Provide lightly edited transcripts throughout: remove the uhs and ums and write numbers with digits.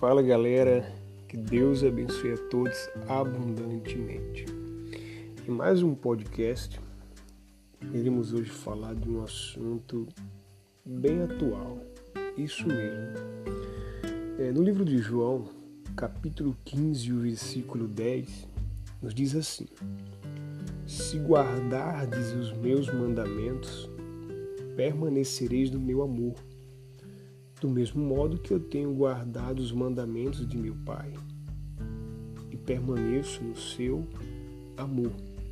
Fala galera, que Deus abençoe a todos abundantemente. Em mais um podcast, iremos hoje falar de um assunto bem atual, isso mesmo. No livro de João, capítulo 15, o versículo 10, nos diz assim: Se guardardes os meus mandamentos, permanecereis no meu amor, do mesmo modo que eu tenho guardado os mandamentos de meu Pai, e permaneço no seu amor.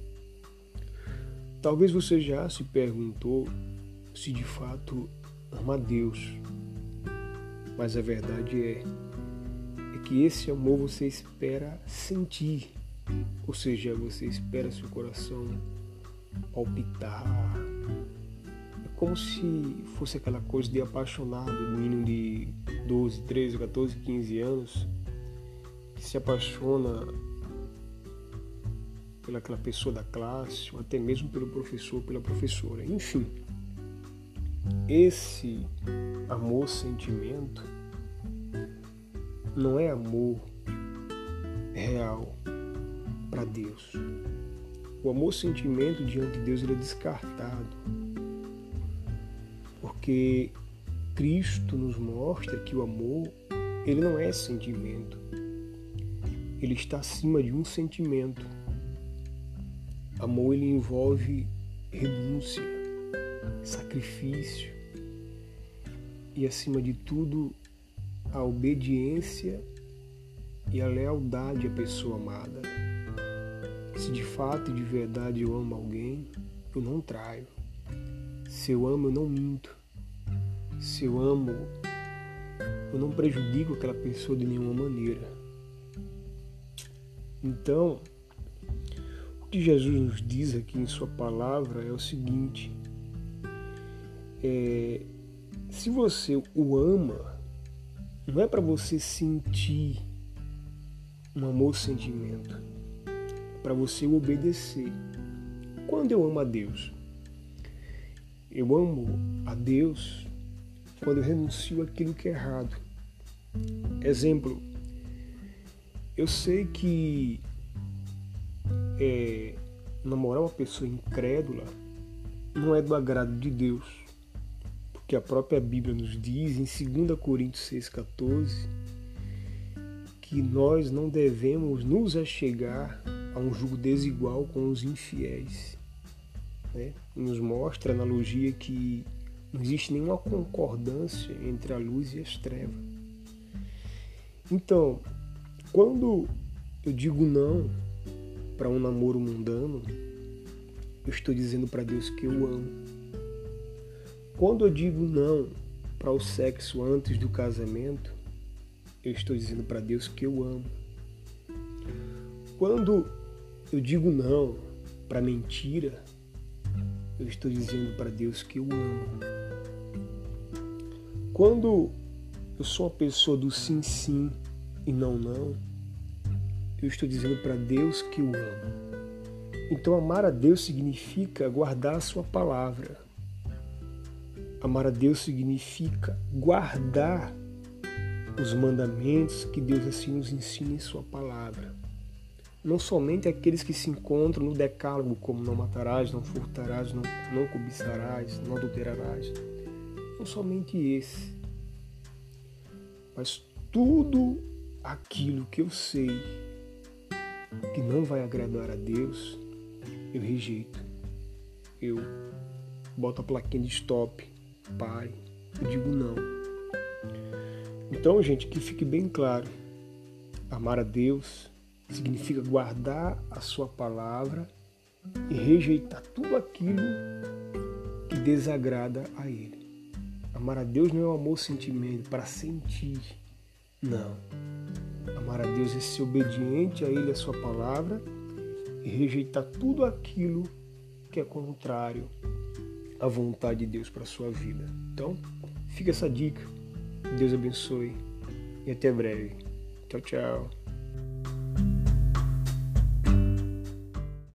Talvez você já se perguntou se de fato ama a Deus, mas a verdade é que esse amor você espera sentir, ou seja, você espera seu coração palpitar. É como se fosse aquela coisa de apaixonado, do menino de 12, 13, 14, 15 anos, que se apaixona pelaquela pessoa da classe, ou até mesmo pelo professor, pela professora. Enfim, esse amor-sentimento não é amor real para Deus. O amor-sentimento diante de Deus ele é descartado, porque Cristo nos mostra que o amor ele não é sentimento, ele está acima de um sentimento. Amor ele envolve renúncia, sacrifício e, acima de tudo, a obediência e a lealdade à pessoa amada. Se de fato e de verdade eu amo alguém, eu não traio. Se eu amo, eu não minto. Se eu amo, eu não prejudico aquela pessoa de nenhuma maneira. Então, o que Jesus nos diz aqui em sua palavra é o seguinte: se você o ama, não é para você sentir um amor-sentimento, é para você o obedecer. Quando eu amo a Deus? Eu amo a Deus quando eu renuncio àquilo que é errado. Exemplo, eu sei que namorar uma pessoa incrédula não é do agrado de Deus, porque a própria Bíblia nos diz em 2 Coríntios 6,14 que nós não devemos nos achegar a um jugo desigual com os infiéis. Nos mostra a analogia que não existe nenhuma concordância entre a luz e as trevas. Então, quando eu digo não para um namoro mundano, eu estou dizendo para Deus que eu amo. Quando eu digo não para o sexo antes do casamento, eu estou dizendo para Deus que eu amo. Quando eu digo não para mentira, eu estou dizendo para Deus que eu amo. Quando eu sou uma pessoa do sim, sim e não, não, eu estou dizendo para Deus que eu amo. Então, amar a Deus significa guardar a sua palavra. Amar a Deus significa guardar os mandamentos que Deus assim nos ensina em sua palavra. Não somente aqueles que se encontram no decálogo, como não matarás, não furtarás, não cobiçarás, não adulterarás. Não somente esse, mas tudo aquilo que eu sei que não vai agradar a Deus, eu rejeito. Eu boto a plaquinha de stop, pare, eu digo não. Então, gente, que fique bem claro, amar a Deus significa guardar a sua palavra e rejeitar tudo aquilo que desagrada a Ele. Amar a Deus não é um amor-sentimento para sentir, não. Amar a Deus é ser obediente a Ele, a sua palavra, e rejeitar tudo aquilo que é contrário à vontade de Deus para a sua vida. Então, fica essa dica. Deus abençoe e até breve. Tchau, tchau.